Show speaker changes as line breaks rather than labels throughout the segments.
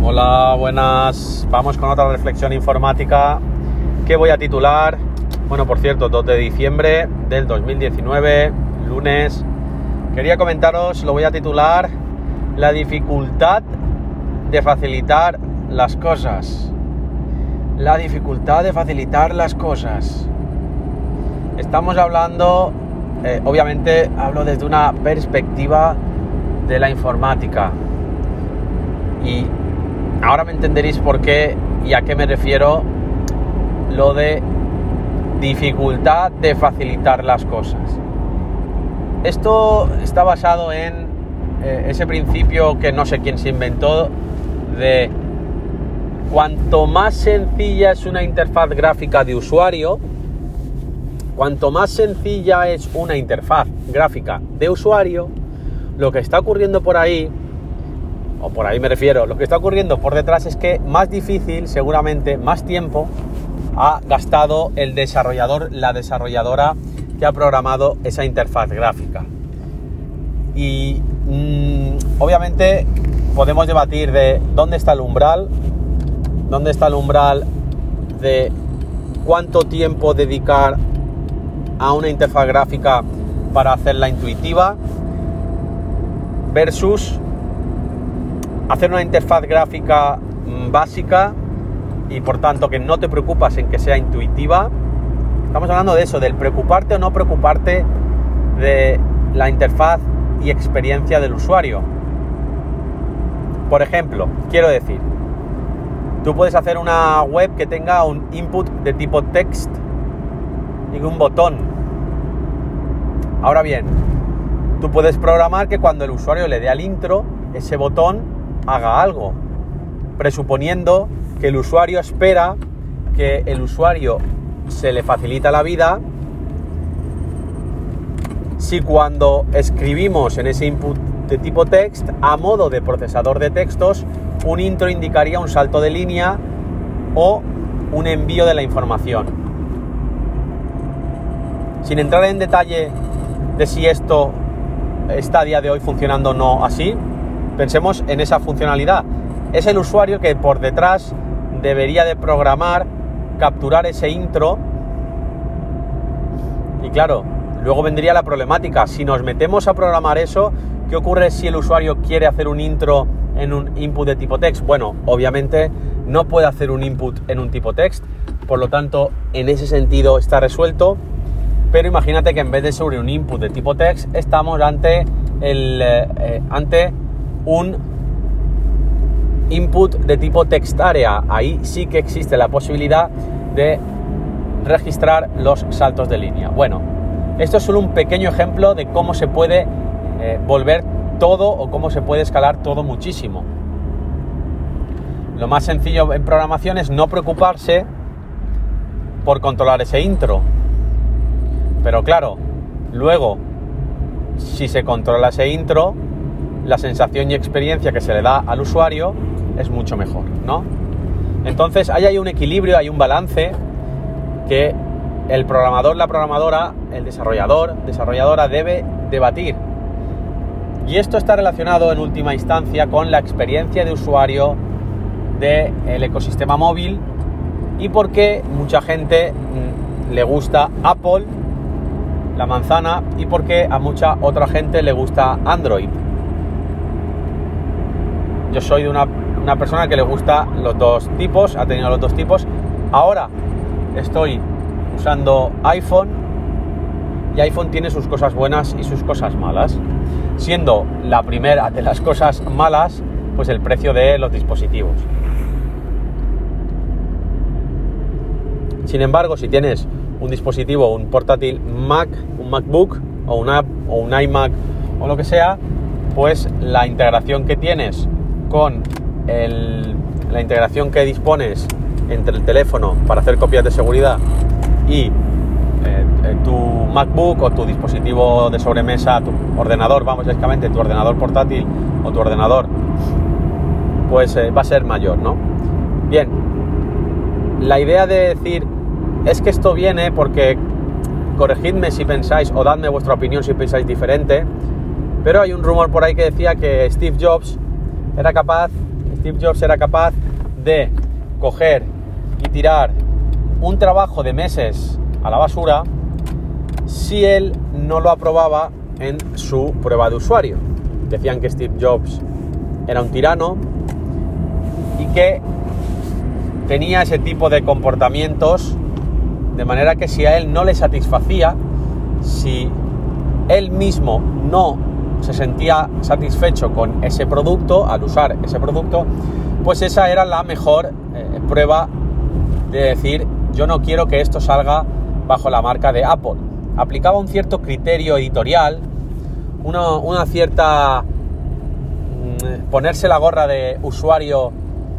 Hola, buenas. Vamos con otra reflexión informática que voy a titular, por cierto, 2 de diciembre del 2019, lunes. Quería comentaros, lo voy a titular, la dificultad de facilitar las cosas. La dificultad de facilitar las cosas. Estamos hablando, obviamente hablo desde una perspectiva de la informática. Y ahora me entenderéis por qué y a qué me refiero lo de dificultad de facilitar las cosas. Esto está basado en ese principio que no sé quién se inventó de cuanto más sencilla es una interfaz gráfica de usuario, cuanto más sencilla es una interfaz gráfica de usuario, lo que está ocurriendo por ahí, o por ahí me refiero, lo que está ocurriendo por detrás es que más difícil, seguramente, más tiempo ha gastado el desarrollador, la desarrolladora que ha programado esa interfaz gráfica. Y obviamente podemos debatir de dónde está el umbral de cuánto tiempo dedicar a una interfaz gráfica para hacerla intuitiva versus hacer una interfaz gráfica básica y por tanto que no te preocupas en que sea intuitiva. Estamos hablando de eso, del preocuparte o no preocuparte de la interfaz y experiencia del usuario. Por ejemplo, quiero decir, tú puedes hacer una web que tenga un input de tipo text y un botón. Ahora bien, tú puedes programar que cuando el usuario le dé al intro, ese botón haga algo, presuponiendo que el usuario espera que el usuario se le facilita la vida si cuando escribimos en ese input de tipo text, a modo de procesador de textos, un intro indicaría un salto de línea o un envío de la información. Sin entrar en detalle de si esto está a día de hoy funcionando o no así, pensemos en esa funcionalidad. Es el usuario que por detrás debería de programar, capturar ese intro. Y claro, luego vendría la problemática. Si nos metemos a programar eso, ¿qué ocurre si el usuario quiere hacer un intro en un input de tipo text? Bueno, obviamente no puede hacer un input en un tipo text, por lo tanto, en ese sentido está resuelto. Pero imagínate que en vez de sobre un input de tipo text, estamos ante un input de tipo textarea. Ahí sí que existe la posibilidad de registrar los saltos de línea. Bueno, esto es solo un pequeño ejemplo de cómo se puede volver todo o cómo se puede escalar todo muchísimo. Lo más sencillo en programación es no preocuparse por controlar ese intro. Pero claro, luego, si se controla ese intro, la sensación y experiencia que se le da al usuario es mucho mejor, ¿no? Entonces, ahí hay un equilibrio, hay un balance que el programador, la programadora, el desarrollador, desarrolladora debe debatir. Y esto está relacionado en última instancia con la experiencia de usuario del ecosistema móvil y por qué mucha gente le gusta Apple, la manzana, y por qué a mucha otra gente le gusta Android. Yo soy de una persona que le gusta los dos tipos, ha tenido los dos tipos. Ahora estoy usando iPhone y iPhone tiene sus cosas buenas y sus cosas malas. Siendo la primera de las cosas malas, pues el precio de los dispositivos. Sin embargo, si tienes un dispositivo, un portátil Mac, un MacBook o un iMac o lo que sea, pues la integración que tienes con la integración que dispones entre el teléfono para hacer copias de seguridad y tu MacBook o tu dispositivo de sobremesa, tu ordenador, básicamente tu ordenador portátil o tu ordenador, pues va a ser mayor, ¿no? Bien, la idea de decir es que esto viene porque, corregidme si pensáis o dadme vuestra opinión si pensáis diferente, pero hay un rumor por ahí que decía que Steve Steve Jobs era capaz de coger y tirar un trabajo de meses a la basura si él no lo aprobaba en su prueba de usuario. Decían que Steve Jobs era un tirano y que tenía ese tipo de comportamientos, de manera que si a él no le satisfacía, si él mismo no se sentía satisfecho con ese producto, al usar ese producto, pues esa era la mejor prueba de decir: yo no quiero que esto salga bajo la marca de Apple. Aplicaba un cierto criterio editorial, una cierta ponerse la gorra de usuario,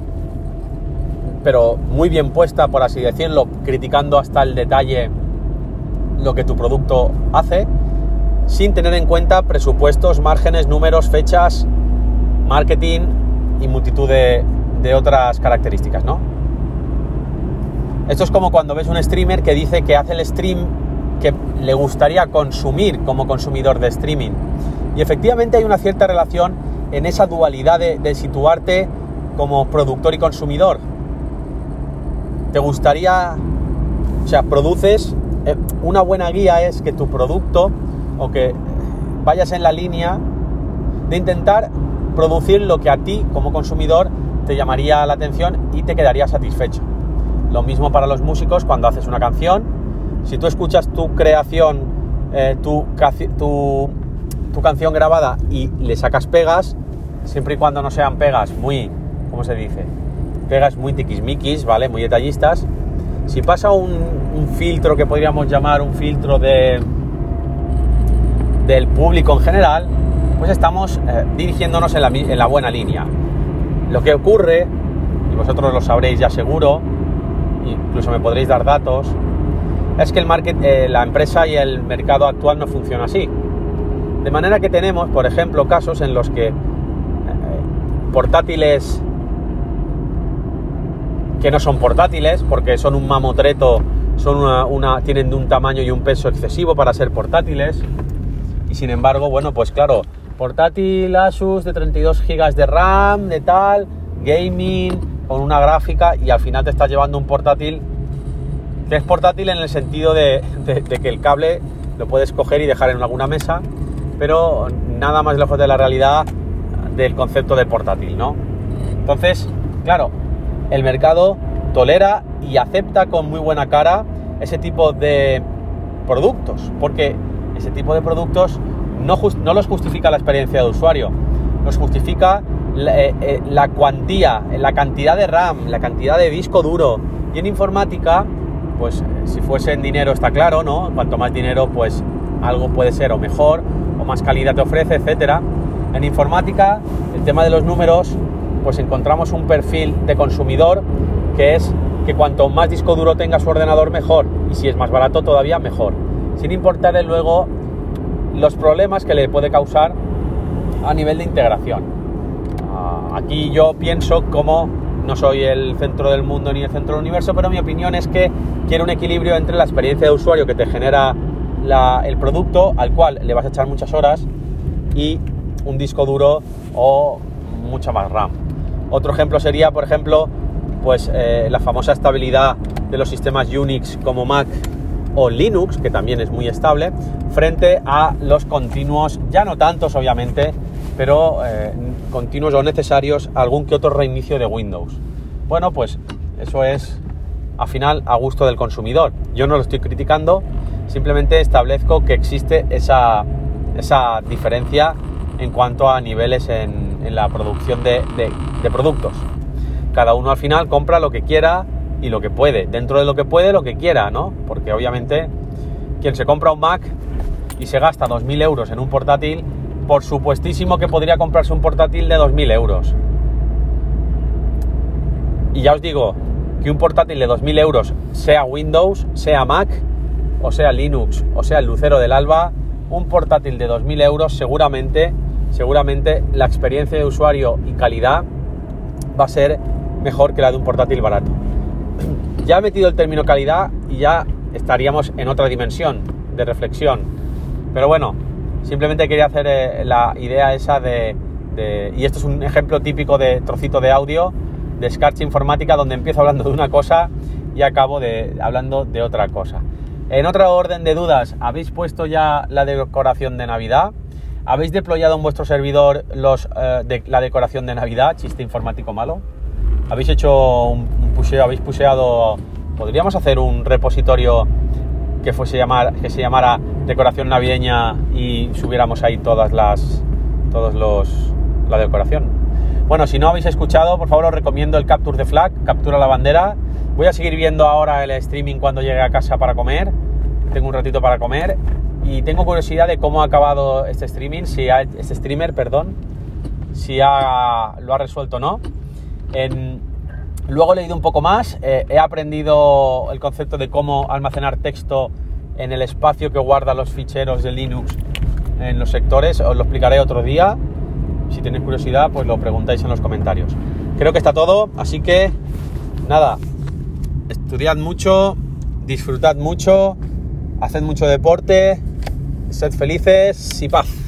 pero muy bien puesta, por así decirlo, criticando hasta el detalle lo que tu producto hace, sin tener en cuenta presupuestos, márgenes, números, fechas, marketing y multitud de otras características, ¿no? Esto es como cuando ves un streamer que dice que hace el stream que le gustaría consumir como consumidor de streaming. Y efectivamente hay una cierta relación en esa dualidad de situarte como productor y consumidor. Te gustaría, o sea, produces, una buena guía es que tu producto, o que vayas en la línea de intentar producir lo que a ti como consumidor te llamaría la atención y te quedaría satisfecho. Lo mismo para los músicos cuando haces una canción. Si tú escuchas tu creación, tu canción grabada y le sacas pegas, siempre y cuando no sean pegas muy, ¿cómo se dice? Pegas muy tiquismiquis, ¿vale? Muy detallistas. Si pasa un filtro que podríamos llamar un filtro del público en general, pues estamos dirigiéndonos en la buena línea. Lo que ocurre, y vosotros lo sabréis ya seguro, incluso me podréis dar datos, es que la empresa y el mercado actual no funciona así. De manera que tenemos, por ejemplo, casos en los que portátiles que no son portátiles, porque son un mamotreto, tienen de un tamaño y un peso excesivo para ser portátiles, y sin embargo, bueno, pues claro, portátil Asus de 32 GB de RAM, de tal, gaming, con una gráfica, y al final te estás llevando un portátil que es portátil en el sentido de que el cable lo puedes coger y dejar en alguna mesa, pero nada más lejos de la realidad del concepto de portátil, ¿no? Entonces, claro, el mercado tolera y acepta con muy buena cara ese tipo de productos, porque ese tipo de productos no los justifica la experiencia de usuario, los justifica la cuantía, la cantidad de RAM, la cantidad de disco duro. Y en informática, pues si fuese en dinero está claro, ¿no? Cuanto más dinero, pues algo puede ser o mejor, o más calidad te ofrece, etcétera. En informática, el tema de los números, pues encontramos un perfil de consumidor que es que cuanto más disco duro tenga su ordenador, mejor, y si es más barato todavía mejor, sin importarle luego los problemas que le puede causar a nivel de integración. Aquí yo pienso, como no soy el centro del mundo ni el centro del universo, pero mi opinión es que quiero un equilibrio entre la experiencia de usuario que te genera el producto, al cual le vas a echar muchas horas, y un disco duro o mucha más RAM. Otro ejemplo sería, por ejemplo, pues la famosa estabilidad de los sistemas Unix como Mac o Linux, que también es muy estable, frente a los continuos, ya no tantos obviamente, pero continuos o necesarios, algún que otro reinicio de Windows. Bueno, pues eso es al final a gusto del consumidor. Yo no lo estoy criticando, simplemente establezco que existe esa diferencia en cuanto a niveles en la producción de productos. Cada uno al final compra lo que quiera y lo que puede, dentro de lo que puede, lo que quiera, ¿no? Porque obviamente quien se compra un Mac y se gasta 2.000 euros en un portátil, por supuestísimo que podría comprarse un portátil de 2.000 euros. Y ya os digo que un portátil de 2.000 euros, sea Windows, sea Mac, o sea Linux, o sea el lucero del alba, un portátil de 2.000 euros seguramente la experiencia de usuario y calidad va a ser mejor que la de un portátil barato. Ya he metido el término calidad y ya estaríamos en otra dimensión de reflexión. Pero bueno, simplemente quería hacer la idea esa de Y esto es un ejemplo típico de trocito de audio de escarcha informática, donde empiezo hablando de una cosa y acabo hablando de otra cosa. En otro orden de dudas, ¿habéis puesto ya la decoración de Navidad? ¿Habéis deployado en vuestro servidor la decoración de Navidad? Chiste informático malo. ¿Habéis hecho un pusheo? ¿Habéis pusheado? Podríamos hacer un repositorio que se llamara decoración navideña y subiéramos ahí la decoración. Bueno, si no habéis escuchado, por favor os recomiendo el Capture the Flag, captura la bandera. Voy a seguir viendo ahora el streaming cuando llegue a casa para comer. Tengo un ratito para comer y tengo curiosidad de cómo ha acabado este streamer, si lo ha resuelto o no. Luego he leído un poco más, he aprendido el concepto de cómo almacenar texto en el espacio que guarda los ficheros de Linux en los sectores. Os lo explicaré otro día. Si tenéis curiosidad, pues lo preguntáis en los comentarios. Creo que está todo, así que nada, estudiad mucho, disfrutad mucho, haced mucho deporte, sed felices y paz.